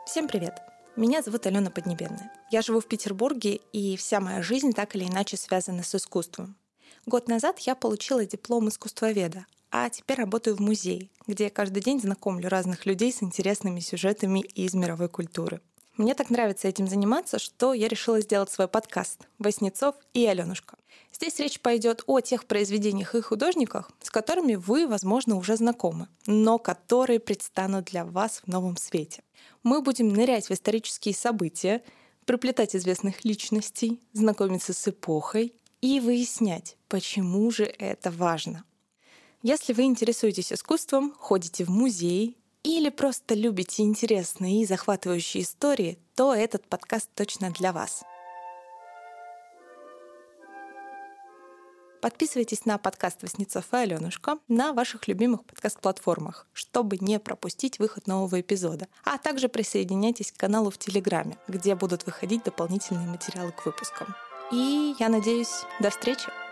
Всем привет! Меня зовут Алена Поднебенная. Я живу в Петербурге, и вся моя жизнь так или иначе связана с искусством. Год назад я получила диплом искусствоведа, а теперь работаю в музее, где я каждый день знакомлю разных людей с интересными сюжетами из мировой культуры. Мне так нравится этим заниматься, что я решила сделать свой подкаст «Васнецов и Алёнушка». Здесь речь пойдет о тех произведениях и художниках, с которыми вы, возможно, уже знакомы, но которые предстанут для вас в новом свете. Мы будем нырять в исторические события, приплетать известных личностей, знакомиться с эпохой и выяснять, почему же это важно. Если вы интересуетесь искусством, ходите в музей или просто любите интересные и захватывающие истории, то этот подкаст точно для вас. Подписывайтесь на подкаст «Васнецов и Алёнушка» на ваших любимых подкаст-платформах, чтобы не пропустить выход нового эпизода. А также присоединяйтесь к каналу в Телеграме, где будут выходить дополнительные материалы к выпускам. И я надеюсь, до встречи!